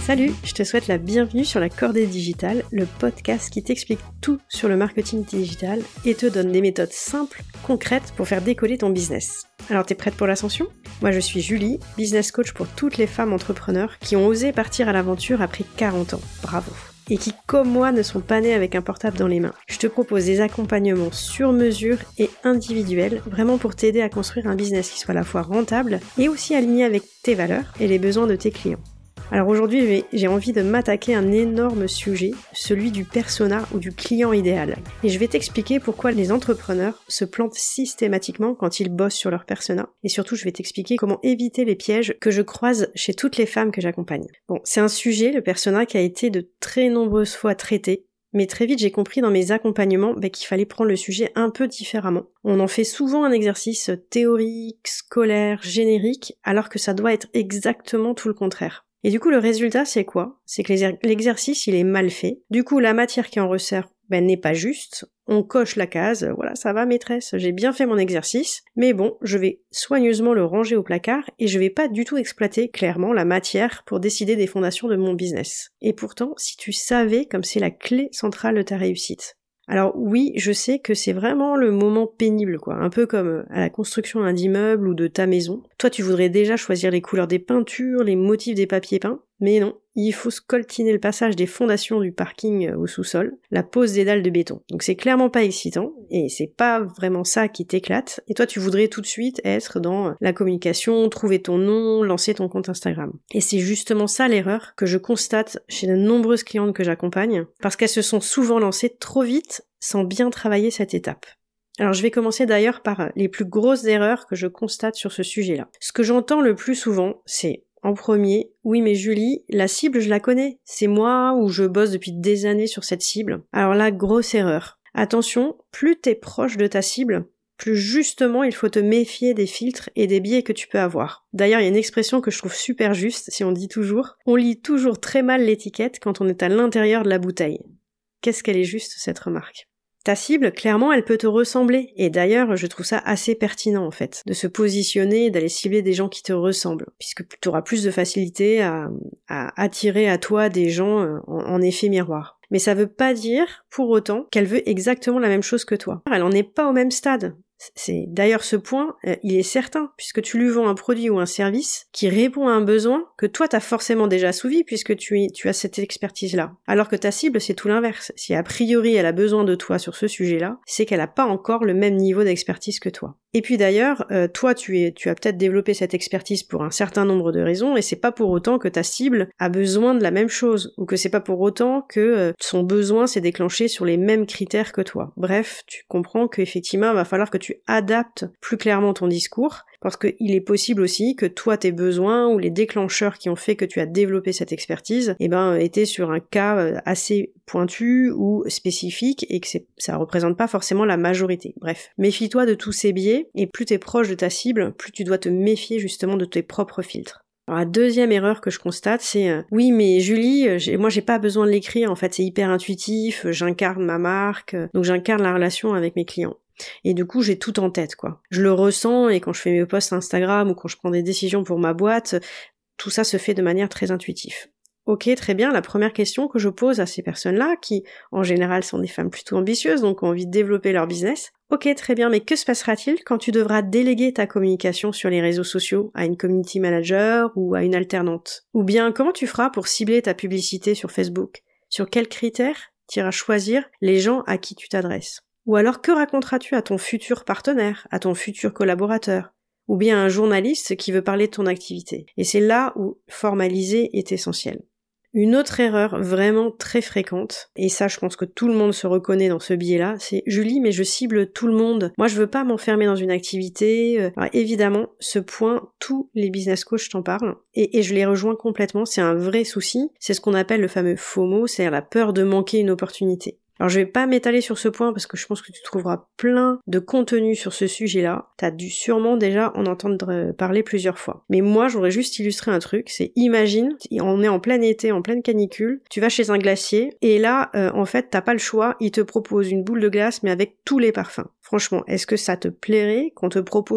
Salut, je te souhaite la bienvenue sur la Cordée Digitale, le podcast qui t'explique tout sur le marketing digital et te donne des méthodes simples, concrètes pour faire décoller ton business. Alors t'es prête pour l'ascension ? Moi je suis Julie, business coach pour toutes les femmes entrepreneurs qui ont osé partir à l'aventure après 40 ans. Bravo ! Et qui, comme moi, ne sont pas nées avec un portable dans les mains. Je te propose des accompagnements sur mesure et individuels, vraiment pour t'aider à construire un business qui soit à la fois rentable et aussi aligné avec tes valeurs et les besoins de tes clients. Alors aujourd'hui, j'ai envie de m'attaquer à un énorme sujet, celui du persona ou du client idéal. Et je vais t'expliquer pourquoi les entrepreneurs se plantent systématiquement quand ils bossent sur leur persona. Et surtout, je vais t'expliquer comment éviter les pièges que je croise chez toutes les femmes que j'accompagne. Bon, c'est un sujet, le persona, qui a été de très nombreuses fois traité. Mais très vite, j'ai compris dans mes accompagnements qu'il fallait prendre le sujet un peu différemment. On en fait souvent un exercice théorique, scolaire, générique, alors que ça doit être exactement tout le contraire. Et du coup, le résultat, c'est quoi ? C'est que l'exercice, il est mal fait. Du coup, la matière qui en ressort n'est pas juste. On coche la case, voilà, ça va maîtresse, j'ai bien fait mon exercice, mais bon, je vais soigneusement le ranger au placard et je vais pas du tout exploiter clairement la matière pour décider des fondations de mon business. Et pourtant, si tu savais comme c'est la clé centrale de ta réussite. Alors oui, je sais que c'est vraiment le moment pénible, un peu comme à la construction d'un immeuble ou de ta maison. Toi, tu voudrais déjà choisir les couleurs des peintures, les motifs des papiers peints, mais non, il faut scoltiner le passage des fondations du parking au sous-sol, la pose des dalles de béton. Donc c'est clairement pas excitant, et c'est pas vraiment ça qui t'éclate, et toi tu voudrais tout de suite être dans la communication, trouver ton nom, lancer ton compte Instagram. Et c'est justement ça l'erreur que je constate chez de nombreuses clientes que j'accompagne, parce qu'elles se sont souvent lancées trop vite sans bien travailler cette étape. Alors je vais commencer d'ailleurs par les plus grosses erreurs que je constate sur ce sujet-là. Ce que j'entends le plus souvent, c'est en premier, oui mais Julie, la cible je la connais, c'est moi ou je bosse depuis des années sur cette cible. Alors là, grosse erreur. Attention, plus t'es proche de ta cible, plus justement il faut te méfier des filtres et des biais que tu peux avoir. D'ailleurs, il y a une expression que je trouve super juste, si on dit toujours, on lit toujours très mal l'étiquette quand on est à l'intérieur de la bouteille. Qu'est-ce qu'elle est juste cette remarque ? Ta cible, clairement, elle peut te ressembler. Et d'ailleurs, je trouve ça assez pertinent, en fait, de se positionner et d'aller cibler des gens qui te ressemblent, puisque tu auras plus de facilité à attirer à toi des gens en effet miroir. Mais ça veut pas dire, pour autant, qu'elle veut exactement la même chose que toi. Elle en est pas au même stade. C'est d'ailleurs ce point, il est certain, puisque tu lui vends un produit ou un service qui répond à un besoin que toi t'as forcément déjà assouvi puisque tu as cette expertise-là. Alors que ta cible, c'est tout l'inverse. Si a priori elle a besoin de toi sur ce sujet-là, c'est qu'elle a pas encore le même niveau d'expertise que toi. Et puis d'ailleurs, toi tu as peut-être développé cette expertise pour un certain nombre de raisons et c'est pas pour autant que ta cible a besoin de la même chose ou que c'est pas pour autant que son besoin s'est déclenché sur les mêmes critères que toi. Bref, tu comprends qu'effectivement, il va falloir que tu adaptes plus clairement ton discours parce qu'il est possible aussi que toi tes besoins ou les déclencheurs qui ont fait que tu as développé cette expertise étaient sur un cas assez pointu ou spécifique et que ça représente pas forcément la majorité. Bref, méfie-toi de tous ces biais et plus t'es proche de ta cible, plus tu dois te méfier justement de tes propres filtres. Alors la deuxième erreur que je constate, c'est oui mais Julie, moi j'ai pas besoin de l'écrire, en fait c'est hyper intuitif, j'incarne ma marque, donc j'incarne la relation avec mes clients. Et du coup, j'ai tout en tête, Je le ressens et quand je fais mes posts Instagram ou quand je prends des décisions pour ma boîte, tout ça se fait de manière très intuitive. Ok, très bien, la première question que je pose à ces personnes-là, qui en général sont des femmes plutôt ambitieuses, donc ont envie de développer leur business, ok, très bien, mais que se passera-t-il quand tu devras déléguer ta communication sur les réseaux sociaux à une community manager ou à une alternante ? Ou bien, comment tu feras pour cibler ta publicité sur Facebook ? Sur quels critères tu iras choisir les gens à qui tu t'adresses ? Ou alors que raconteras-tu à ton futur partenaire, à ton futur collaborateur, ou bien à un journaliste qui veut parler de ton activité ? Et c'est là où formaliser est essentiel. Une autre erreur vraiment très fréquente, et ça je pense que tout le monde se reconnaît dans ce biais-là, c'est « Julie, mais je cible tout le monde, moi je veux pas m'enfermer dans une activité ». Alors évidemment, ce point, tous les business coachs t'en parlent, et je les rejoins complètement, c'est un vrai souci, c'est ce qu'on appelle le fameux FOMO, c'est-à-dire la peur de manquer une opportunité. Alors je vais pas m'étaler sur ce point parce que je pense que tu trouveras plein de contenu sur ce sujet-là. T'as dû sûrement déjà en entendre parler plusieurs fois. Mais moi, j'aurais juste illustré un truc, c'est imagine, on est en plein été, en pleine canicule, tu vas chez un glacier et là, en fait, t'as pas le choix, il te propose une boule de glace mais avec tous les parfums. Franchement, est-ce que ça te plairait qu'on te propose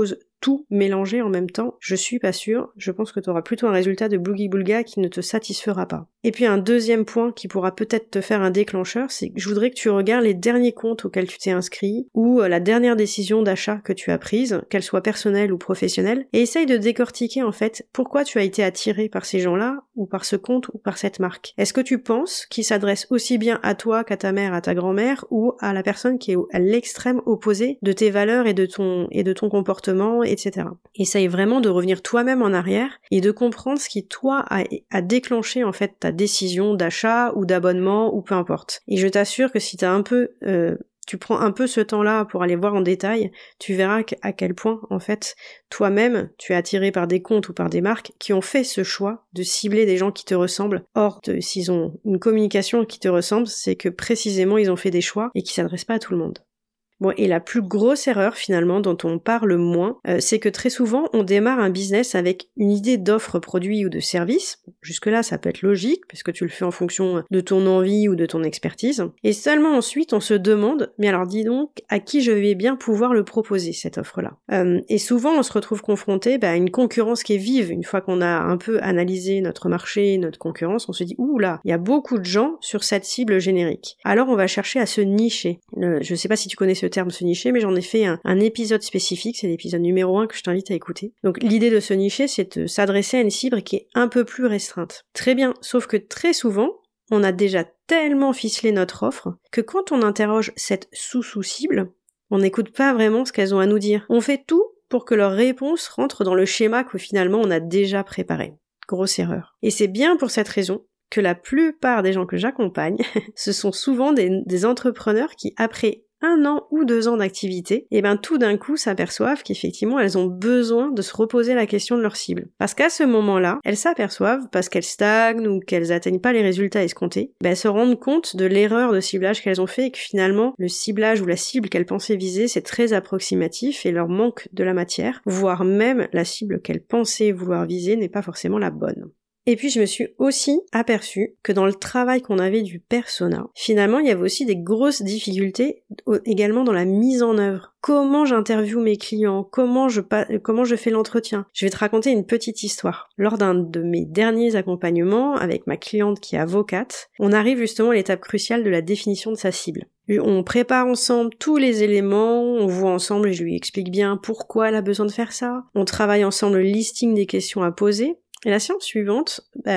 tout mélanger en même temps, je suis pas sûre. Je pense que tu auras plutôt un résultat de boulgui-boulga qui ne te satisfera pas. Et puis un deuxième point qui pourra peut-être te faire un déclencheur, c'est que je voudrais que tu regardes les derniers comptes auxquels tu t'es inscrit ou la dernière décision d'achat que tu as prise, qu'elle soit personnelle ou professionnelle, et essaye de décortiquer en fait pourquoi tu as été attiré par ces gens-là ou par ce compte ou par cette marque. Est-ce que tu penses qu'ils s'adressent aussi bien à toi qu'à ta mère, à ta grand-mère ou à la personne qui est à l'extrême opposé de tes valeurs et de ton comportement, etc. Essaye vraiment de revenir toi-même en arrière et de comprendre ce qui toi a déclenché en fait ta décision d'achat ou d'abonnement ou peu importe. Et je t'assure que si tu prends un peu ce temps-là pour aller voir en détail, tu verras à quel point, en fait, toi-même, tu es attiré par des comptes ou par des marques qui ont fait ce choix de cibler des gens qui te ressemblent. Or, s'ils ont une communication qui te ressemble, c'est que précisément, ils ont fait des choix et qui s'adressent pas à tout le monde. Bon, et la plus grosse erreur finalement dont on parle moins, c'est que très souvent on démarre un business avec une idée d'offre, produit ou de service. Jusque-là, ça peut être logique parce que tu le fais en fonction de ton envie ou de ton expertise. Et seulement ensuite on se demande, mais alors dis donc, à qui je vais bien pouvoir le proposer cette offre-là. Et souvent on se retrouve confronté à une concurrence qui est vive. Une fois qu'on a un peu analysé notre marché, notre concurrence, on se dit ouh là, il y a beaucoup de gens sur cette cible générique. Alors on va chercher à se nicher. Je sais pas si tu connais ce terme se nicher, mais j'en ai fait un épisode spécifique, c'est l'épisode numéro 1 que je t'invite à écouter. Donc l'idée de se nicher, c'est de s'adresser à une cible qui est un peu plus restreinte. Très bien, sauf que très souvent, on a déjà tellement ficelé notre offre que quand on interroge cette sous-cible, on n'écoute pas vraiment ce qu'elles ont à nous dire. On fait tout pour que leur réponse rentre dans le schéma que finalement on a déjà préparé. Grosse erreur. Et c'est bien pour cette raison que la plupart des gens que j'accompagne, ce sont souvent des entrepreneurs qui, après 1 an ou 2 ans d'activité, et tout d'un coup s'aperçoivent qu'effectivement elles ont besoin de se reposer la question de leur cible. Parce qu'à ce moment-là, elles s'aperçoivent, parce qu'elles stagnent ou qu'elles atteignent pas les résultats escomptés, elles se rendent compte de l'erreur de ciblage qu'elles ont fait et que finalement le ciblage ou la cible qu'elles pensaient viser c'est très approximatif et leur manque de la matière, voire même la cible qu'elles pensaient vouloir viser n'est pas forcément la bonne. Et puis je me suis aussi aperçue que dans le travail qu'on avait du persona, finalement il y avait aussi des grosses difficultés également dans la mise en œuvre. Comment j'interviewe mes clients, comment je fais l'entretien. Je vais te raconter une petite histoire. Lors d'un de mes derniers accompagnements avec ma cliente qui est avocate, on arrive justement à l'étape cruciale de la définition de sa cible. On prépare ensemble tous les éléments, on voit ensemble et je lui explique bien pourquoi elle a besoin de faire ça. On travaille ensemble le listing des questions à poser. Et la séance suivante,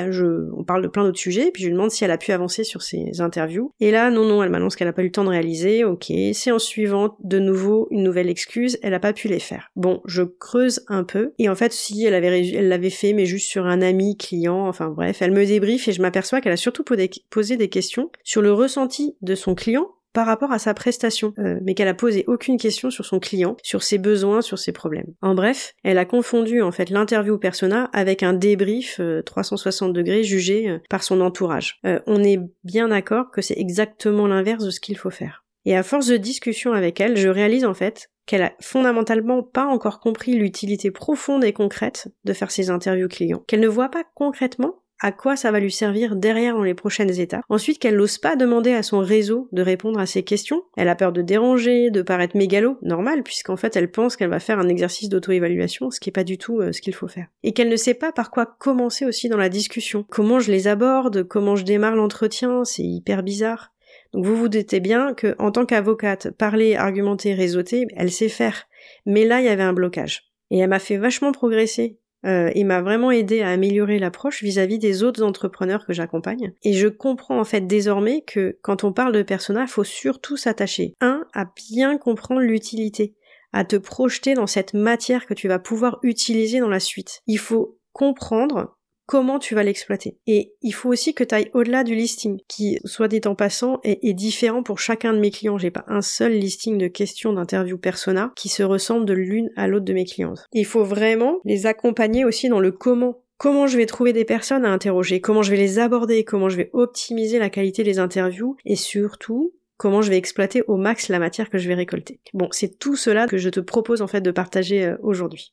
on parle de plein d'autres sujets, puis je lui demande si elle a pu avancer sur ses interviews. Et là, non, elle m'annonce qu'elle n'a pas eu le temps de réaliser, ok. Séance suivante, de nouveau, une nouvelle excuse, elle n'a pas pu les faire. Bon, je creuse un peu, et en fait, si elle l'avait fait, mais juste sur un ami, client, enfin bref, elle me débriefe et je m'aperçois qu'elle a surtout posé des questions sur le ressenti de son client par rapport à sa prestation, mais qu'elle a posé aucune question sur son client, sur ses besoins, sur ses problèmes. En bref, elle a confondu en fait l'interview persona avec un débrief 360 degrés jugé par son entourage. On est bien d'accord que c'est exactement l'inverse de ce qu'il faut faire. Et à force de discussion avec elle, je réalise en fait qu'elle a fondamentalement pas encore compris l'utilité profonde et concrète de faire ses interviews clients, qu'elle ne voit pas concrètement à quoi ça va lui servir derrière dans les prochaines étapes. Ensuite, qu'elle n'ose pas demander à son réseau de répondre à ses questions. Elle a peur de déranger, de paraître mégalo, normal, puisqu'en fait elle pense qu'elle va faire un exercice d'auto-évaluation, ce qui est pas du tout ce qu'il faut faire. Et qu'elle ne sait pas par quoi commencer aussi dans la discussion. Comment je les aborde, comment je démarre l'entretien, c'est hyper bizarre. Donc vous vous doutez bien que en tant qu'avocate, parler, argumenter, réseauter, elle sait faire. Mais là, il y avait un blocage. Et elle m'a fait vachement progresser. Il m'a vraiment aidé à améliorer l'approche vis-à-vis des autres entrepreneurs que j'accompagne. Et je comprends en fait désormais que quand on parle de persona, il faut surtout s'attacher. À bien comprendre l'utilité, à te projeter dans cette matière que tu vas pouvoir utiliser dans la suite. Il faut comprendre comment tu vas l'exploiter. Et il faut aussi que tu ailles au-delà du listing, qui, soit dit en passant, est différent pour chacun de mes clients. J'ai pas un seul listing de questions d'interview persona qui se ressemble de l'une à l'autre de mes clientes. Il faut vraiment les accompagner aussi dans le comment. Comment je vais trouver des personnes à interroger, comment je vais les aborder, comment je vais optimiser la qualité des interviews, et surtout, comment je vais exploiter au max la matière que je vais récolter. Bon, c'est tout cela que je te propose en fait de partager aujourd'hui.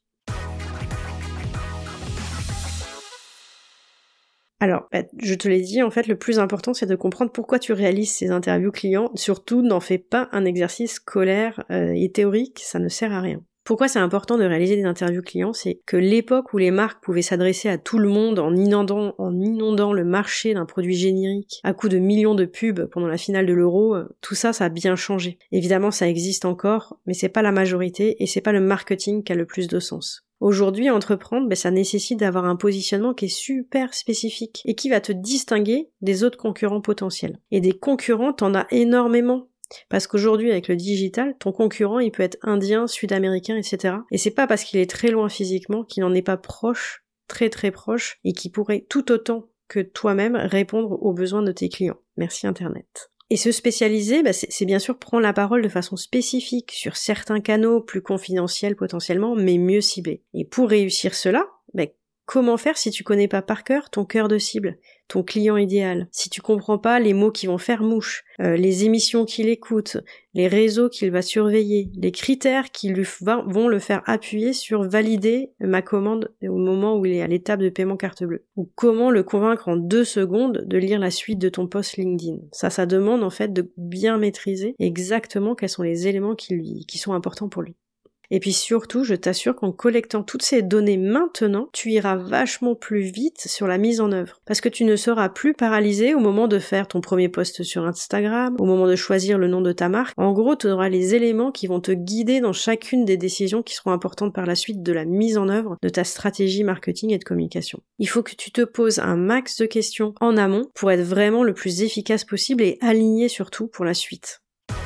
Alors, je te l'ai dit, en fait, le plus important, c'est de comprendre pourquoi tu réalises ces interviews clients. Surtout, n'en fais pas un exercice scolaire et théorique, ça ne sert à rien. Pourquoi c'est important de réaliser des interviews clients? C'est que l'époque où les marques pouvaient s'adresser à tout le monde en inondant le marché d'un produit générique à coups de millions de pubs pendant la finale de l'Euro, tout ça, ça a bien changé. Évidemment, ça existe encore, mais c'est pas la majorité et c'est pas le marketing qui a le plus de sens. Aujourd'hui, entreprendre, ça nécessite d'avoir un positionnement qui est super spécifique et qui va te distinguer des autres concurrents potentiels. Et des concurrents, t'en as énormément. Parce qu'aujourd'hui, avec le digital, ton concurrent, il peut être indien, sud-américain, etc. Et c'est pas parce qu'il est très loin physiquement qu'il n'en est pas proche, très très proche, et qui pourrait tout autant que toi-même répondre aux besoins de tes clients. Merci Internet. Et se spécialiser, c'est bien sûr prendre la parole de façon spécifique sur certains canaux plus confidentiels potentiellement, mais mieux ciblés. Et pour réussir cela, comment faire si tu connais pas par cœur ton cœur de cible, ton client idéal, si tu comprends pas les mots qui vont faire mouche, les émissions qu'il écoute, les réseaux qu'il va surveiller, les critères qui vont le faire appuyer sur valider ma commande au moment où il est à l'étape de paiement carte bleue, ou comment le convaincre en 2 secondes de lire la suite de ton post LinkedIn. Ça demande en fait de bien maîtriser exactement quels sont les éléments qui sont importants pour lui. Et puis surtout, je t'assure qu'en collectant toutes ces données maintenant, tu iras vachement plus vite sur la mise en œuvre. Parce que tu ne seras plus paralysé au moment de faire ton premier post sur Instagram, au moment de choisir le nom de ta marque. En gros, tu auras les éléments qui vont te guider dans chacune des décisions qui seront importantes par la suite de la mise en œuvre de ta stratégie marketing et de communication. Il faut que tu te poses un max de questions en amont pour être vraiment le plus efficace possible et aligné surtout pour la suite.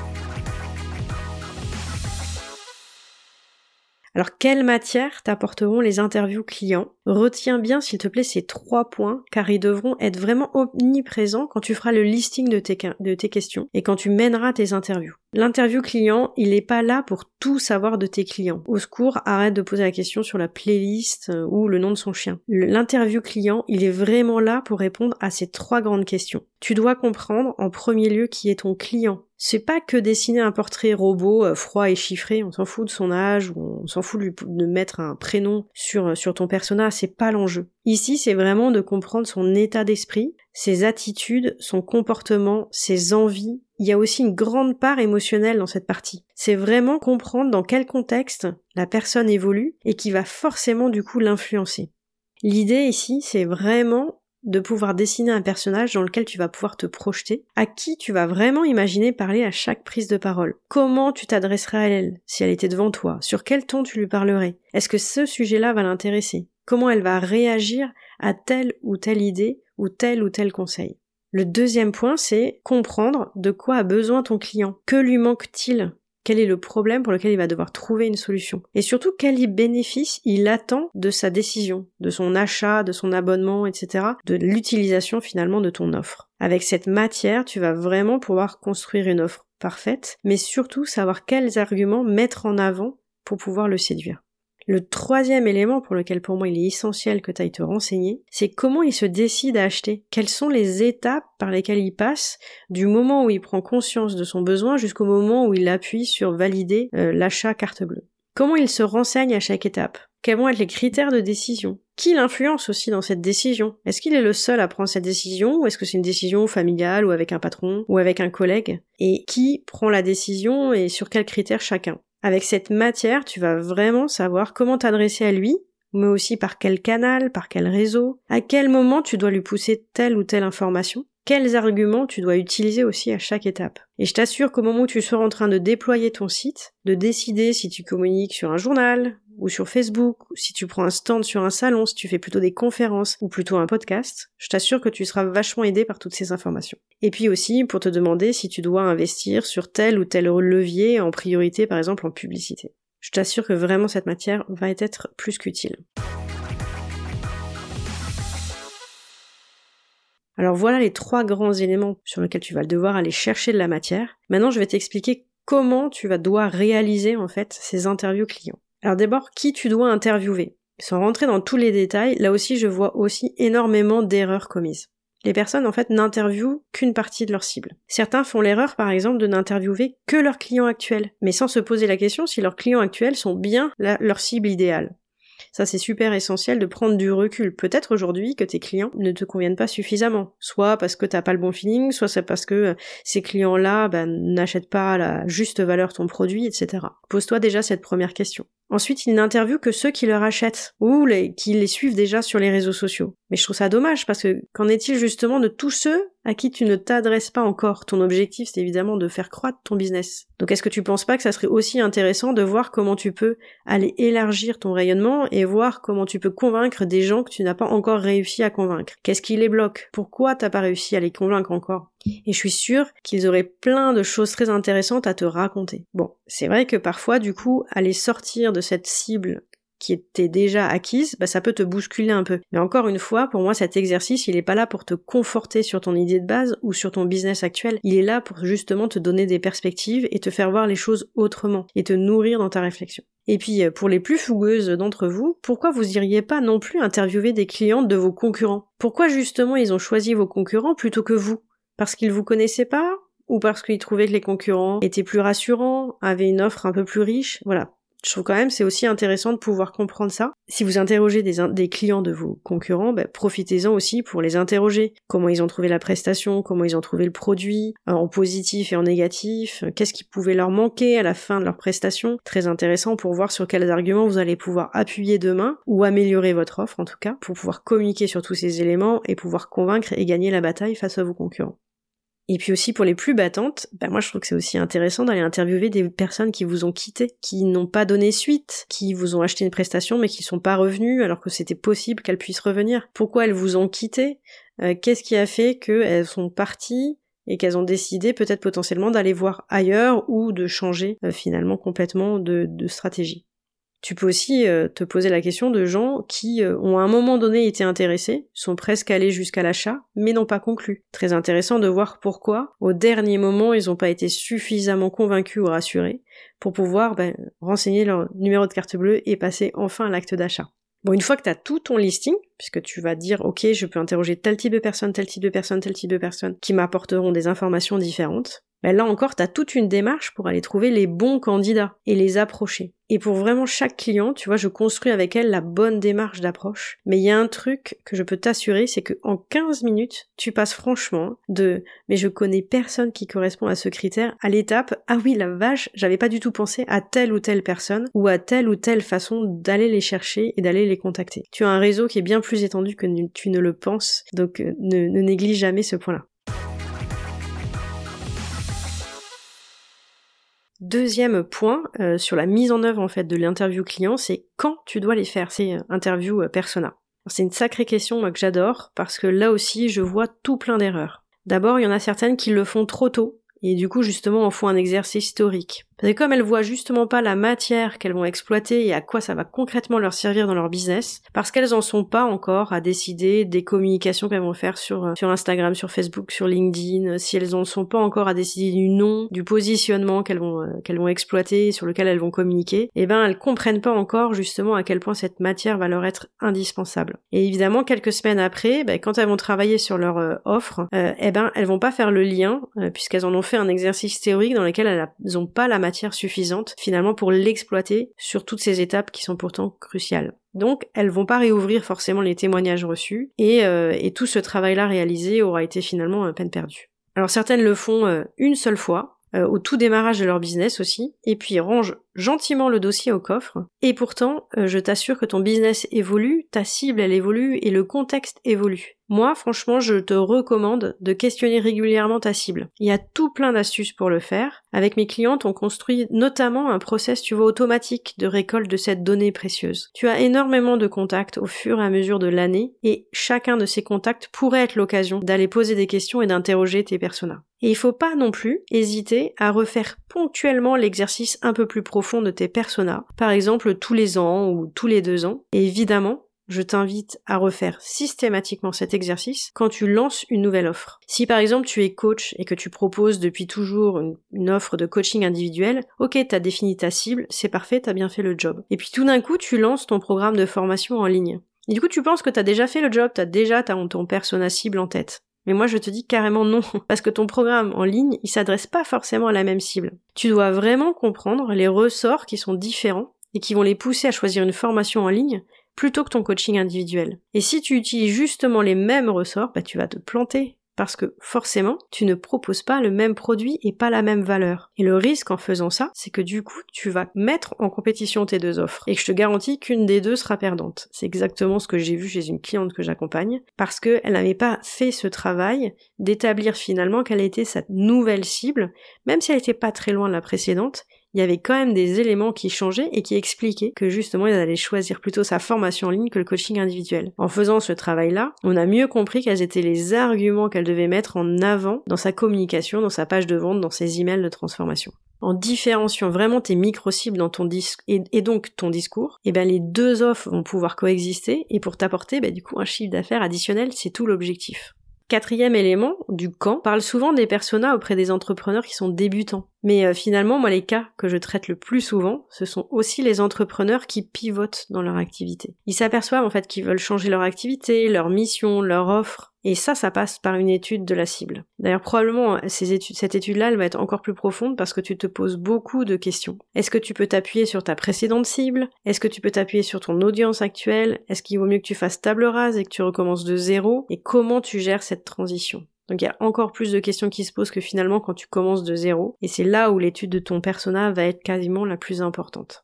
Alors, quelle matière t'apporteront les interviews clients? Retiens bien, s'il te plaît, ces 3 points, car ils devront être vraiment omniprésents quand tu feras le listing de tes questions et quand tu mèneras tes interviews. L'interview client, il n'est pas là pour tout savoir de tes clients. Au secours, arrête de poser la question sur la playlist ou le nom de son chien. L'interview client, il est vraiment là pour répondre à ces 3 grandes questions. Tu dois comprendre en premier lieu qui est ton client. C'est pas que dessiner un portrait robot froid et chiffré, on s'en fout de son âge, ou on s'en fout de mettre un prénom sur ton persona, c'est pas l'enjeu. Ici, c'est vraiment de comprendre son état d'esprit, ses attitudes, son comportement, ses envies. Il y a aussi une grande part émotionnelle dans cette partie. C'est vraiment comprendre dans quel contexte la personne évolue et qui va forcément du coup l'influencer. L'idée ici, c'est vraiment de pouvoir dessiner un personnage dans lequel tu vas pouvoir te projeter, à qui tu vas vraiment imaginer parler à chaque prise de parole. Comment tu t'adresserais à elle si elle était devant toi? Sur quel ton tu lui parlerais? Est-ce que ce sujet-là va l'intéresser? Comment elle va réagir à telle ou telle idée ou tel conseil? Le deuxième point, c'est comprendre de quoi a besoin ton client. Que lui manque-t-il? Quel est le problème pour lequel il va devoir trouver une solution? Et surtout, quel bénéfice il attend de sa décision, de son achat, de son abonnement, etc., de l'utilisation finalement de ton offre. Avec cette matière, tu vas vraiment pouvoir construire une offre parfaite, mais surtout savoir quels arguments mettre en avant pour pouvoir le séduire. Le troisième élément pour lequel pour moi il est essentiel que tu ailles te renseigner, c'est comment il se décide à acheter. Quelles sont les étapes par lesquelles il passe du moment où il prend conscience de son besoin jusqu'au moment où il appuie sur valider l'achat carte bleue. Comment il se renseigne à chaque étape? Quels vont être les critères de décision? Qui l'influence aussi dans cette décision? Est-ce qu'il est le seul à prendre cette décision ou est-ce que c'est une décision familiale ou avec un patron ou avec un collègue? Et qui prend la décision et sur quels critères chacun? Avec cette matière, tu vas vraiment savoir comment t'adresser à lui, mais aussi par quel canal, par quel réseau, à quel moment tu dois lui pousser telle ou telle information, quels arguments tu dois utiliser aussi à chaque étape. Et je t'assure qu'au moment où tu seras en train de déployer ton site, de décider si tu communiques sur un journal, ou sur Facebook, ou si tu prends un stand sur un salon, si tu fais plutôt des conférences, ou plutôt un podcast, je t'assure que tu seras vachement aidé par toutes ces informations. Et puis aussi, pour te demander si tu dois investir sur tel ou tel levier en priorité, par exemple en publicité. Je t'assure que vraiment cette matière va être plus qu'utile. Alors voilà les 3 grands éléments sur lesquels tu vas devoir aller chercher de la matière. Maintenant, je vais t'expliquer comment tu vas devoir réaliser en fait ces interviews clients. Alors d'abord, qui tu dois interviewer? Sans rentrer dans tous les détails, là aussi je vois aussi énormément d'erreurs commises. Les personnes en fait n'interviewent qu'une partie de leur cible. Certains font l'erreur par exemple de n'interviewer que leurs clients actuels, mais sans se poser la question si leurs clients actuels sont bien leur cible idéale. Ça c'est super essentiel de prendre du recul. Peut-être aujourd'hui que tes clients ne te conviennent pas suffisamment. Soit parce que t'as pas le bon feeling, soit c'est parce que ces clients-là n'achètent pas à la juste valeur ton produit, etc. Pose-toi déjà cette première question. Ensuite, ils n'interviewent que ceux qui leur achètent ou qui les suivent déjà sur les réseaux sociaux. Mais je trouve ça dommage parce que qu'en est-il justement de tous ceux à qui tu ne t'adresses pas encore? Ton objectif, c'est évidemment de faire croître ton business. Donc est-ce que tu penses pas que ça serait aussi intéressant de voir comment tu peux aller élargir ton rayonnement et voir comment tu peux convaincre des gens que tu n'as pas encore réussi à convaincre? Qu'est-ce qui les bloque? Pourquoi t'as pas réussi à les convaincre encore? Et je suis sûre qu'ils auraient plein de choses très intéressantes à te raconter. Bon, c'est vrai que parfois, du coup, aller sortir de cette cible qui était déjà acquise, ça peut te bousculer un peu. Mais encore une fois, pour moi, cet exercice, il est pas là pour te conforter sur ton idée de base ou sur ton business actuel. Il est là pour justement te donner des perspectives et te faire voir les choses autrement et te nourrir dans ta réflexion. Et puis, pour les plus fougueuses d'entre vous, pourquoi vous iriez pas non plus interviewer des clientes de vos concurrents? Pourquoi justement ils ont choisi vos concurrents plutôt que vous? Parce qu'ils vous connaissaient pas? Ou parce qu'ils trouvaient que les concurrents étaient plus rassurants, avaient une offre un peu plus riche? Voilà. Je trouve quand même c'est aussi intéressant de pouvoir comprendre ça. Si vous interrogez des clients de vos concurrents, profitez-en aussi pour les interroger. Comment ils ont trouvé la prestation, comment ils ont trouvé le produit, en positif et en négatif, qu'est-ce qui pouvait leur manquer à la fin de leur prestation. Très intéressant pour voir sur quels arguments vous allez pouvoir appuyer demain, ou améliorer votre offre en tout cas, pour pouvoir communiquer sur tous ces éléments et pouvoir convaincre et gagner la bataille face à vos concurrents. Et puis aussi pour les plus battantes, moi je trouve que c'est aussi intéressant d'aller interviewer des personnes qui vous ont quitté, qui n'ont pas donné suite, qui vous ont acheté une prestation mais qui sont pas revenues alors que c'était possible qu'elles puissent revenir. Pourquoi elles vous ont quitté? Qu'est-ce qui a fait qu'elles sont parties et qu'elles ont décidé peut-être potentiellement d'aller voir ailleurs ou de changer finalement complètement de stratégie? Tu peux aussi te poser la question de gens qui ont à un moment donné été intéressés, sont presque allés jusqu'à l'achat, mais n'ont pas conclu. Très intéressant de voir pourquoi, au dernier moment, ils n'ont pas été suffisamment convaincus ou rassurés pour pouvoir renseigner leur numéro de carte bleue et passer enfin à l'acte d'achat. Bon, une fois que tu as tout ton listing, puisque tu vas dire, ok, je peux interroger tel type de personnes, tel type de personnes, tel type de personnes, qui m'apporteront des informations différentes, là encore, tu as toute une démarche pour aller trouver les bons candidats et les approcher. Et pour vraiment chaque client, tu vois, je construis avec elle la bonne démarche d'approche. Mais il y a un truc que je peux t'assurer, c'est que en 15 minutes, tu passes franchement de « mais je connais personne qui correspond à ce critère » à l'étape « ah oui, la vache, j'avais pas du tout pensé à telle ou telle personne ou à telle ou telle façon d'aller les chercher et d'aller les contacter ». Tu as un réseau qui est bien plus étendu que tu ne le penses, donc ne néglige jamais ce point-là. Deuxième point sur la mise en œuvre en fait de l'interview client, c'est quand tu dois les faire, ces interviews persona. Alors, c'est une sacrée question moi, que j'adore parce que là aussi je vois tout plein d'erreurs. D'abord, il y en a certaines qui le font trop tôt et du coup justement en font un exercice historique. Parce que comme elles voient justement pas la matière qu'elles vont exploiter et à quoi ça va concrètement leur servir dans leur business, parce qu'elles en sont pas encore à décider des communications qu'elles vont faire sur Instagram, sur Facebook, sur LinkedIn, si elles en sont pas encore à décider du nom, du positionnement qu'elles vont exploiter, sur lequel elles vont communiquer, elles comprennent pas encore justement à quel point cette matière va leur être indispensable. Et évidemment, quelques semaines après, quand elles vont travailler sur leur offre, elles vont pas faire le lien, puisqu'elles en ont fait un exercice théorique dans lequel elles ont pas la matière suffisante finalement pour l'exploiter sur toutes ces étapes qui sont pourtant cruciales. Donc elles vont pas réouvrir forcément les témoignages reçus et tout ce travail-là réalisé aura été finalement à peine perdu. Alors certaines le font une seule fois, au tout démarrage de leur business aussi, et puis rangent gentiment le dossier au coffre, et pourtant, je t'assure que ton business évolue, ta cible elle évolue, et le contexte évolue. Moi, franchement, je te recommande de questionner régulièrement ta cible. Il y a tout plein d'astuces pour le faire. Avec mes clientes, on construit notamment un process, automatique de récolte de cette donnée précieuse. Tu as énormément de contacts au fur et à mesure de l'année, et chacun de ces contacts pourrait être l'occasion d'aller poser des questions et d'interroger tes personas. Et il faut pas non plus hésiter à refaire ponctuellement l'exercice un peu plus profond de tes personas, par exemple tous les ans ou tous les 2 ans. Et évidemment, je t'invite à refaire systématiquement cet exercice quand tu lances une nouvelle offre. Si par exemple tu es coach et que tu proposes depuis toujours une offre de coaching individuel, ok, t'as défini ta cible, c'est parfait, t'as bien fait le job. Et puis tout d'un coup, tu lances ton programme de formation en ligne. Et du coup, tu penses que t'as déjà fait le job, t'as déjà ton persona cible en tête. Mais moi, je te dis carrément non, parce que ton programme en ligne, il s'adresse pas forcément à la même cible. Tu dois vraiment comprendre les ressorts qui sont différents et qui vont les pousser à choisir une formation en ligne plutôt que ton coaching individuel. Et si tu utilises justement les mêmes ressorts, tu vas te planter. parce que forcément, tu ne proposes pas le même produit et pas la même valeur. Et le risque en faisant ça, c'est que du coup, tu vas mettre en compétition tes deux offres. Et que je te garantis qu'une des deux sera perdante. C'est exactement ce que j'ai vu chez une cliente que j'accompagne, parce qu'elle n'avait pas fait ce travail d'établir finalement quelle était sa nouvelle cible, même si elle n'était pas très loin de la précédente. Il y avait quand même des éléments qui changeaient et qui expliquaient que justement, ils allaient choisir plutôt sa formation en ligne que le coaching individuel. En faisant ce travail-là, on a mieux compris quels étaient les arguments qu'elle devait mettre en avant dans sa communication, dans sa page de vente, dans ses emails de transformation. En différenciant vraiment tes micro-cibles dans ton disque et donc ton discours, les deux offres vont pouvoir coexister et pour t'apporter du coup un chiffre d'affaires additionnel, c'est tout l'objectif. Quatrième élément, du quand, parle souvent des personas auprès des entrepreneurs qui sont débutants. Mais finalement, moi, les cas que je traite le plus souvent, ce sont aussi les entrepreneurs qui pivotent dans leur activité. Ils s'aperçoivent en fait qu'ils veulent changer leur activité, leur mission, leur offre. Et ça passe par une étude de la cible. D'ailleurs, probablement, cette étude-là, elle va être encore plus profonde parce que tu te poses beaucoup de questions. Est-ce que tu peux t'appuyer sur ta précédente cible? Est-ce que tu peux t'appuyer sur ton audience actuelle? Est-ce qu'il vaut mieux que tu fasses table rase et que tu recommences de zéro? Et comment tu gères cette transition? Donc il y a encore plus de questions qui se posent que finalement quand tu commences de zéro. Et c'est là où l'étude de ton persona va être quasiment la plus importante.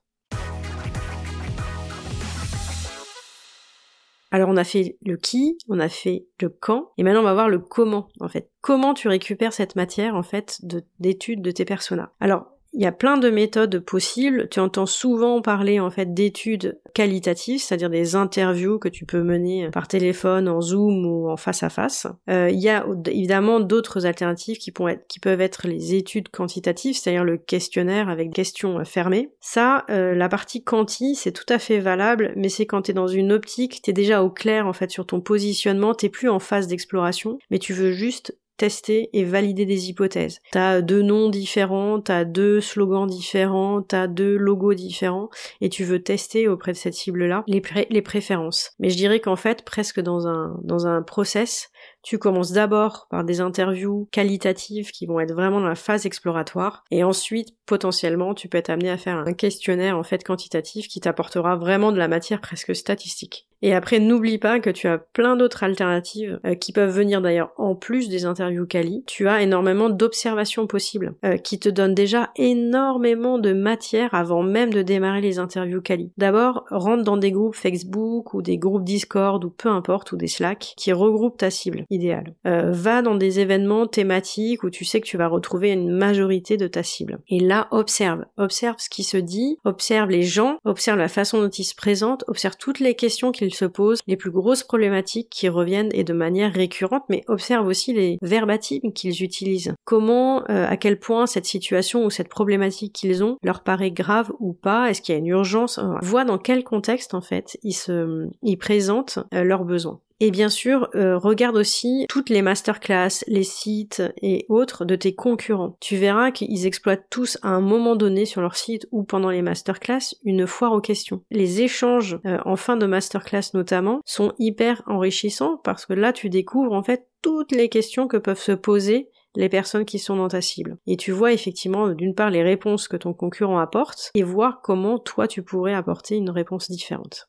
Alors on a fait le qui, on a fait le quand, et maintenant on va voir le comment en fait. Comment tu récupères cette matière en fait d'études de tes personas. Alors il y a plein de méthodes possibles. Tu entends souvent parler en fait d'études qualitatives, c'est-à-dire des interviews que tu peux mener par téléphone, en Zoom ou en face à face. Il y a évidemment d'autres alternatives qui peuvent être les études quantitatives, c'est-à-dire le questionnaire avec questions fermées. Ça, la partie quanti, c'est tout à fait valable, mais c'est quand t'es dans une optique, t'es déjà au clair en fait sur ton positionnement, t'es plus en phase d'exploration, mais tu veux juste tester et valider des hypothèses. T'as 2 noms différents, t'as 2 slogans différents, t'as 2 logos différents, et tu veux tester auprès de cette cible-là les préférences. Mais je dirais qu'en fait, presque dans un process, tu commences d'abord par des interviews qualitatives qui vont être vraiment dans la phase exploratoire, et ensuite, potentiellement, tu peux être amené à faire un questionnaire en fait quantitatif qui t'apportera vraiment de la matière presque statistique. Et après, n'oublie pas que tu as plein d'autres alternatives qui peuvent venir d'ailleurs en plus des interviews quali. Tu as énormément d'observations possibles qui te donnent déjà énormément de matière avant même de démarrer les interviews quali. D'abord, rentre dans des groupes Facebook ou des groupes Discord ou peu importe, ou des Slack qui regroupent ta cible idéale. Va dans des événements thématiques où tu sais que tu vas retrouver une majorité de ta cible. Et là, observe ce qui se dit, observe les gens, observe la façon dont ils se présentent, observe toutes les questions qu'ils se posent, les plus grosses problématiques qui reviennent et de manière récurrente, mais observe aussi les verbatims qu'ils utilisent. Comment, à quel point cette situation ou cette problématique qu'ils ont leur paraît grave ou pas, est-ce qu'il y a une urgence, vois dans quel contexte en fait ils présentent leurs besoins. Et bien sûr, regarde aussi toutes les masterclass, les sites et autres de tes concurrents. Tu verras qu'ils exploitent tous à un moment donné sur leur site ou pendant les masterclass une foire aux questions. Les échanges en fin de masterclass notamment sont hyper enrichissants parce que là tu découvres en fait toutes les questions que peuvent se poser les personnes qui sont dans ta cible. Et tu vois effectivement d'une part les réponses que ton concurrent apporte et voir comment toi tu pourrais apporter une réponse différente.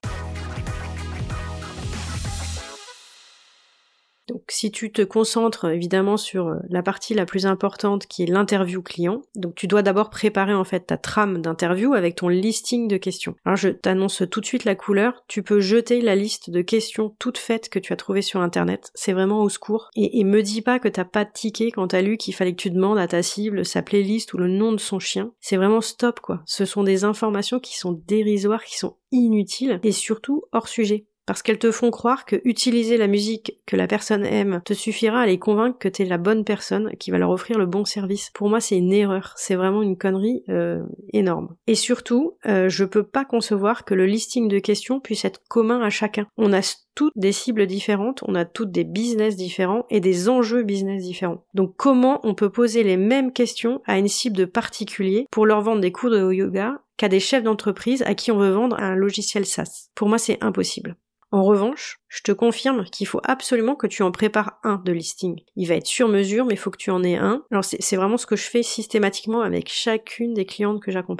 Donc si tu te concentres évidemment sur la partie la plus importante qui est l'interview client, donc tu dois d'abord préparer en fait ta trame d'interview avec ton listing de questions. Alors je t'annonce tout de suite la couleur, tu peux jeter la liste de questions toutes faites que tu as trouvées sur internet, c'est vraiment au secours. Et me dis pas que t'as pas tiqué quand t'as lu qu'il fallait que tu demandes à ta cible sa playlist ou le nom de son chien. C'est vraiment stop quoi. Ce sont des informations qui sont dérisoires, qui sont inutiles et surtout hors sujet. Parce qu'elles te font croire que utiliser la musique que la personne aime te suffira à les convaincre que t'es la bonne personne qui va leur offrir le bon service. Pour moi, c'est une erreur. C'est vraiment une connerie énorme. Et surtout, je peux pas concevoir que le listing de questions puisse être commun à chacun. On a toutes des cibles différentes, on a toutes des business différents et des enjeux business différents. Donc comment on peut poser les mêmes questions à une cible de particulier pour leur vendre des cours de yoga qu'à des chefs d'entreprise à qui on veut vendre un logiciel SaaS? Pour moi, c'est impossible. En revanche, je te confirme qu'il faut absolument que tu en prépares un de listing. Il va être sur mesure, mais il faut que tu en aies un. Alors c'est vraiment ce que je fais systématiquement avec chacune des clientes que j'accompagne.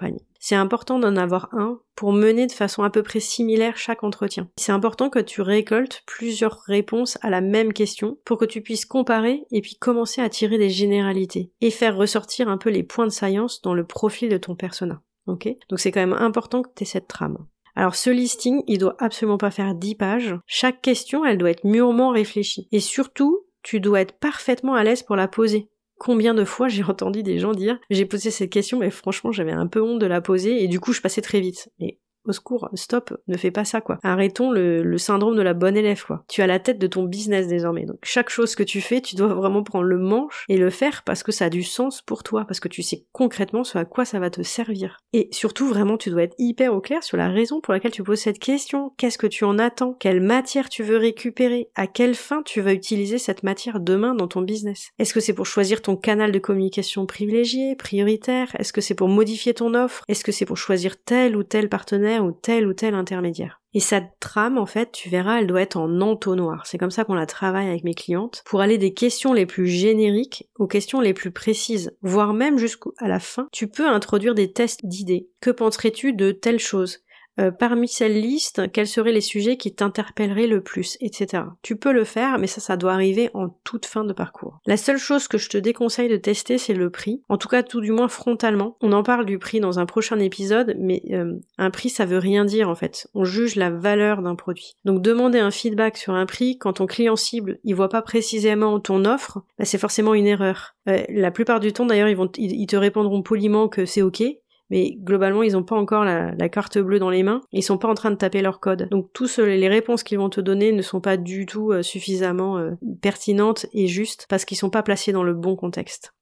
c'est important d'en avoir un pour mener de façon à peu près similaire chaque entretien. C'est important que tu récoltes plusieurs réponses à la même question pour que tu puisses comparer et puis commencer à tirer des généralités et faire ressortir un peu les points de science dans le profil de ton persona. Ok ? Donc c'est quand même important que tu aies cette trame. Alors ce listing, il doit absolument pas faire 10 pages. Chaque question, elle doit être mûrement réfléchie. Et surtout, tu dois être parfaitement à l'aise pour la poser. Combien de fois j'ai entendu des gens dire « J'ai posé cette question, mais franchement, j'avais un peu honte de la poser et du coup, je passais très vite. » Mais au secours, stop, ne fais pas ça, quoi. Arrêtons le syndrome de la bonne élève, quoi. Tu as la tête de ton business désormais. Donc chaque chose que tu fais, tu dois vraiment prendre le manche et le faire parce que ça a du sens pour toi, parce que tu sais concrètement ce à quoi ça va te servir. Et surtout, vraiment, tu dois être hyper au clair sur la raison pour laquelle tu poses cette question. Qu'est-ce que tu en attends? Quelle matière tu veux récupérer? À quelle fin tu vas utiliser cette matière demain dans ton business? Est-ce que c'est pour choisir ton canal de communication privilégié, prioritaire? Est-ce que c'est pour modifier ton offre? Est-ce que c'est pour choisir tel ou tel partenaire ou tel intermédiaire? Et cette trame, en fait, tu verras, elle doit être en entonnoir. C'est comme ça qu'on la travaille avec mes clientes, pour aller des questions les plus génériques aux questions les plus précises, voire même jusqu'à la fin. Tu peux introduire des tests d'idées. Que penserais-tu de telle chose? Parmi cette liste, quels seraient les sujets qui t'interpelleraient le plus, etc. Tu peux le faire, mais ça doit arriver en toute fin de parcours. La seule chose que je te déconseille de tester, c'est le prix. En tout cas, tout du moins frontalement. On en parle du prix dans un prochain épisode, mais un prix, ça veut rien dire en fait. On juge la valeur d'un produit. Donc demander un feedback sur un prix, quand ton client cible, il voit pas précisément ton offre, bah, c'est forcément une erreur. La plupart du temps, d'ailleurs, ils te répondront poliment que c'est ok, mais globalement, ils n'ont pas encore la carte bleue dans les mains, et ils sont pas en train de taper leur code. Donc les réponses qu'ils vont te donner ne sont pas du tout suffisamment pertinentes et justes, parce qu'ils sont pas placés dans le bon contexte.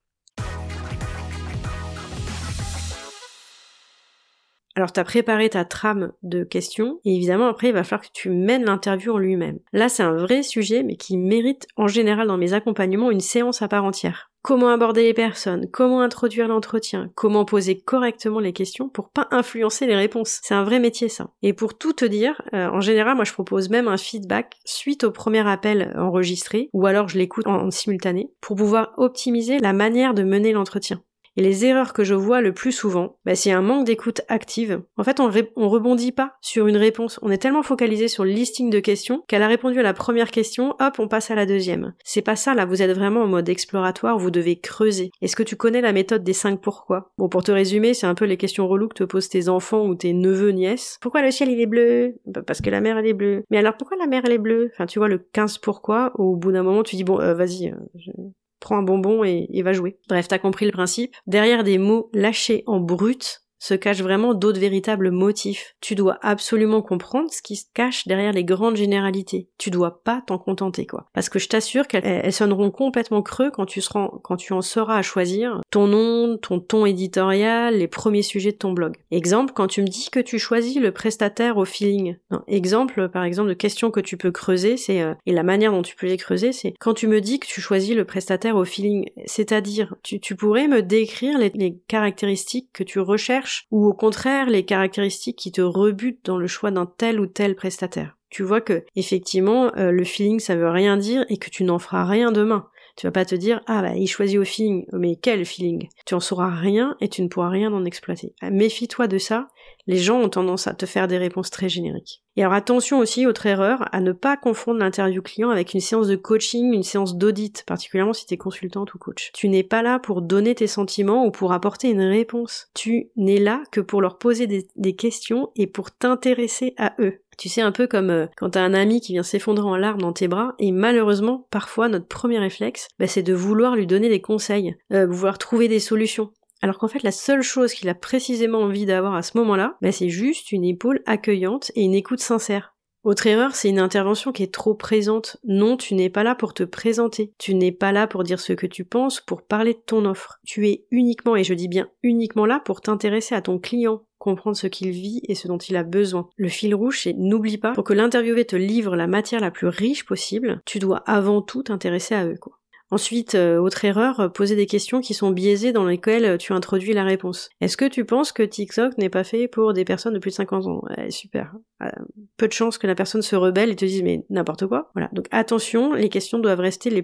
Alors t'as préparé ta trame de questions, et évidemment après il va falloir que tu mènes l'interview en lui-même. Là c'est un vrai sujet, mais qui mérite en général dans mes accompagnements une séance à part entière. Comment aborder les personnes, comment introduire l'entretien, comment poser correctement les questions pour pas influencer les réponses. C'est un vrai métier ça. Et pour tout te dire, en général moi je propose même un feedback suite au premier appel enregistré, ou alors je l'écoute en simultané, pour pouvoir optimiser la manière de mener l'entretien. Et les erreurs que je vois le plus souvent, c'est un manque d'écoute active. En fait, on rebondit pas sur une réponse. On est tellement focalisé sur le listing de questions qu'elle a répondu à la première question, hop, on passe à la deuxième. C'est pas ça, là, vous êtes vraiment en mode exploratoire, vous devez creuser. Est-ce que tu connais la méthode des 5 pourquoi? Bon, pour te résumer, c'est un peu les questions reloues que te posent tes enfants ou tes neveux, nièces. Pourquoi le ciel, il est bleu? Parce que la mer, elle est bleue. Mais alors, pourquoi la mer, elle est bleue? Enfin, tu vois, le 15 pourquoi, au bout d'un moment, tu dis, bon, vas-y, prends un bonbon et va jouer. Bref, t'as compris le principe. Derrière des mots lâchés en brut se cachent vraiment d'autres véritables motifs. Tu dois absolument comprendre ce qui se cache derrière les grandes généralités. Tu dois pas t'en contenter, quoi. Parce que je t'assure qu'elles sonneront complètement creux quand tu en sauras à choisir ton nom, ton ton éditorial, les premiers sujets de ton blog. Exemple, quand tu me dis que tu choisis le prestataire au feeling. Non, exemple, par exemple, de questions que tu peux creuser, c'est et la manière dont tu peux les creuser, c'est quand tu me dis que tu choisis le prestataire au feeling. C'est-à-dire, tu pourrais me décrire les caractéristiques que tu recherches, ou au contraire les caractéristiques qui te rebutent dans le choix d'un tel ou tel prestataire. Tu vois que effectivement le feeling ça veut rien dire et que tu n'en feras rien demain. Tu vas pas te dire il choisit au feeling, mais quel feeling? Tu en sauras rien et tu ne pourras rien en exploiter. Méfie-toi de ça. Les gens ont tendance à te faire des réponses très génériques. Et alors attention aussi, autre erreur, à ne pas confondre l'interview client avec une séance de coaching, une séance d'audit, particulièrement si tu es consultante ou coach. Tu n'es pas là pour donner tes sentiments ou pour apporter une réponse. Tu n'es là que pour leur poser des questions et pour t'intéresser à eux. Tu sais, un peu comme quand t'as un ami qui vient s'effondrer en larmes dans tes bras, et malheureusement, parfois, notre premier réflexe, c'est de vouloir lui donner des conseils, vouloir trouver des solutions. Alors qu'en fait, la seule chose qu'il a précisément envie d'avoir à ce moment-là, c'est juste une épaule accueillante et une écoute sincère. Autre erreur, c'est une intervention qui est trop présente. Non, tu n'es pas là pour te présenter. Tu n'es pas là pour dire ce que tu penses, pour parler de ton offre. Tu es uniquement, et je dis bien uniquement là, pour t'intéresser à ton client, comprendre ce qu'il vit et ce dont il a besoin. Le fil rouge, c'est n'oublie pas, pour que l'interviewé te livre la matière la plus riche possible, tu dois avant tout t'intéresser à eux, quoi. Ensuite, autre erreur, poser des questions qui sont biaisées dans lesquelles tu introduis la réponse. Est-ce que tu penses que TikTok n'est pas fait pour des personnes de plus de 50 ans? Super. Peu de chances que la personne se rebelle et te dise mais n'importe quoi. Voilà. Donc attention, les questions doivent rester les plus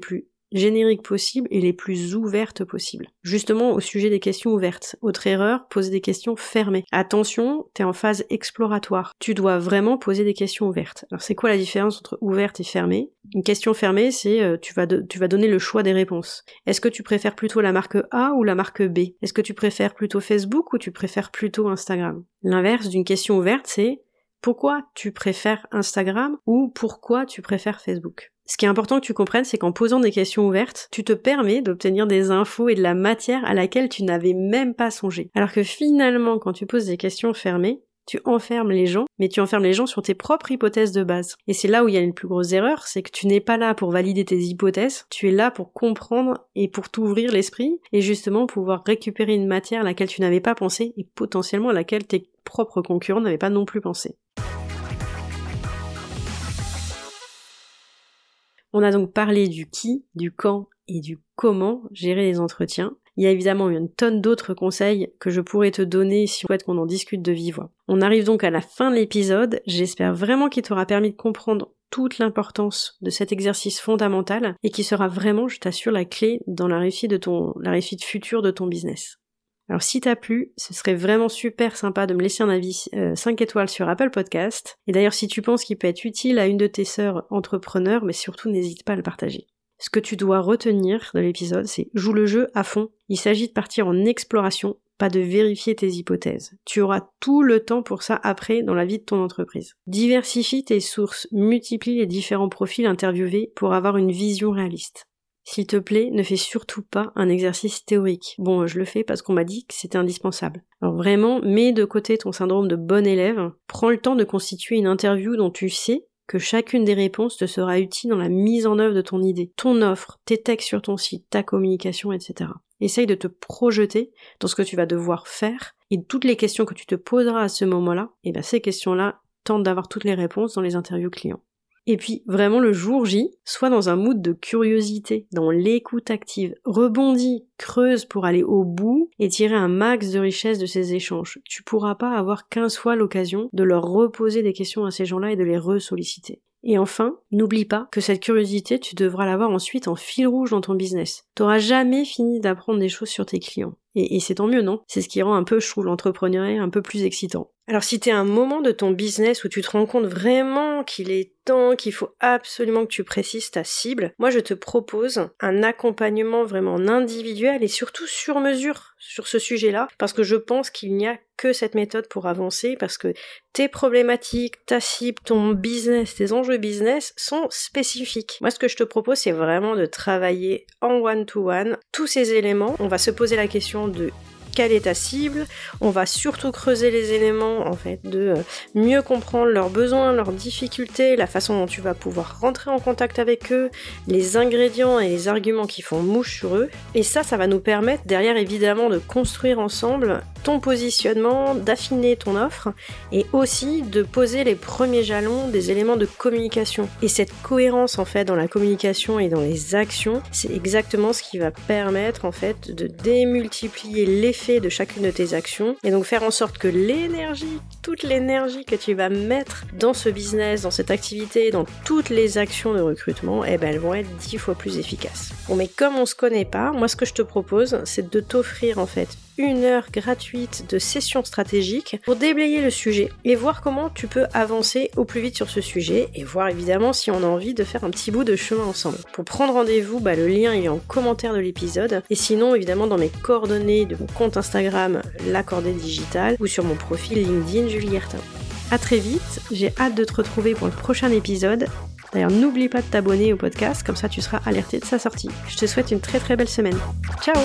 génériques possibles et les plus ouvertes possibles. Justement, au sujet des questions ouvertes. Autre erreur, poser des questions fermées. Attention, t'es en phase exploratoire. Tu dois vraiment poser des questions ouvertes. Alors c'est quoi la différence entre ouverte et fermée? Une question fermée, c'est tu vas donner le choix des réponses. Est-ce que tu préfères plutôt la marque A ou la marque B? Est-ce que tu préfères plutôt Facebook ou tu préfères plutôt Instagram? L'inverse d'une question ouverte, c'est pourquoi tu préfères Instagram ou pourquoi tu préfères Facebook? Ce qui est important que tu comprennes, c'est qu'en posant des questions ouvertes, tu te permets d'obtenir des infos et de la matière à laquelle tu n'avais même pas songé. Alors que finalement, quand tu poses des questions fermées, tu enfermes les gens, mais tu enfermes les gens sur tes propres hypothèses de base. Et c'est là où il y a une plus grosse erreur, c'est que tu n'es pas là pour valider tes hypothèses, tu es là pour comprendre et pour t'ouvrir l'esprit, et justement pouvoir récupérer une matière à laquelle tu n'avais pas pensé, et potentiellement à laquelle tes propres concurrents n'avaient pas non plus pensé. On a donc parlé du qui, du quand et du comment gérer les entretiens. Il y a évidemment une tonne d'autres conseils que je pourrais te donner si on souhaite qu'on en discute de vive voix. On arrive donc à la fin de l'épisode. J'espère vraiment qu'il t'aura permis de comprendre toute l'importance de cet exercice fondamental et qui sera vraiment, je t'assure, la clé dans la réussite future de ton business. Alors si t'as plu, ce serait vraiment super sympa de me laisser un avis 5 étoiles sur Apple Podcast. Et d'ailleurs, si tu penses qu'il peut être utile à une de tes sœurs entrepreneurs, mais surtout n'hésite pas à le partager. Ce que tu dois retenir de l'épisode, c'est joue le jeu à fond. Il s'agit de partir en exploration, pas de vérifier tes hypothèses. Tu auras tout le temps pour ça après dans la vie de ton entreprise. Diversifie tes sources, multiplie les différents profils interviewés pour avoir une vision réaliste. S'il te plaît, ne fais surtout pas un exercice théorique. Bon, je le fais parce qu'on m'a dit que c'était indispensable. Alors vraiment, mets de côté ton syndrome de bon élève, prends le temps de constituer une interview dont tu sais que chacune des réponses te sera utile dans la mise en œuvre de ton idée, ton offre, tes textes sur ton site, ta communication, etc. Essaye de te projeter dans ce que tu vas devoir faire et toutes les questions que tu te poseras à ce moment-là, et bien ces questions-là, tente d'avoir toutes les réponses dans les interviews clients. Et puis, vraiment le jour J, sois dans un mood de curiosité, dans l'écoute active. Rebondis, creuse pour aller au bout et tirer un max de richesse de ces échanges. Tu pourras pas avoir 15 fois l'occasion de leur reposer des questions à ces gens-là et de les ressolliciter. Et enfin, n'oublie pas que cette curiosité, tu devras l'avoir ensuite en fil rouge dans ton business. T'auras jamais fini d'apprendre des choses sur tes clients. Et c'est tant mieux, non? C'est ce qui rend un peu, je trouve, l'entrepreneuriat un peu plus excitant. Alors si t'es à un moment de ton business où tu te rends compte vraiment qu'il est temps, qu'il faut absolument que tu précises ta cible, moi je te propose un accompagnement vraiment individuel et surtout sur mesure sur ce sujet-là, parce que je pense qu'il n'y a que cette méthode pour avancer, parce que tes problématiques, ta cible, ton business, tes enjeux business sont spécifiques. Moi ce que je te propose c'est vraiment de travailler en one-to-one tous ces éléments. On va se poser la question de quelle est ta cible, on va surtout creuser les éléments en fait de mieux comprendre leurs besoins, leurs difficultés, la façon dont tu vas pouvoir rentrer en contact avec eux, les ingrédients et les arguments qui font mouche sur eux, et ça va nous permettre derrière évidemment de construire ensemble ton positionnement, d'affiner ton offre et aussi de poser les premiers jalons des éléments de communication. Et cette cohérence en fait dans la communication et dans les actions, c'est exactement ce qui va permettre en fait de démultiplier l'effet de chacune de tes actions et donc faire en sorte que l'énergie, toute l'énergie que tu vas mettre dans ce business, dans cette activité, dans toutes les actions de recrutement, elles vont être 10 fois plus efficaces. Bon, mais comme on se connaît pas, moi ce que je te propose, c'est de t'offrir en fait 1 heure gratuite de session stratégique pour déblayer le sujet et voir comment tu peux avancer au plus vite sur ce sujet et voir évidemment si on a envie de faire un petit bout de chemin ensemble. Pour prendre rendez-vous, le lien il est en commentaire de l'épisode et sinon évidemment dans mes coordonnées de mon compte Instagram La Cordée Digitale ou sur mon profil LinkedIn Julie Guertin. À très vite, j'ai hâte de te retrouver pour le prochain épisode. D'ailleurs, n'oublie pas de t'abonner au podcast, comme ça tu seras alerté de sa sortie. Je te souhaite une très très belle semaine. Ciao!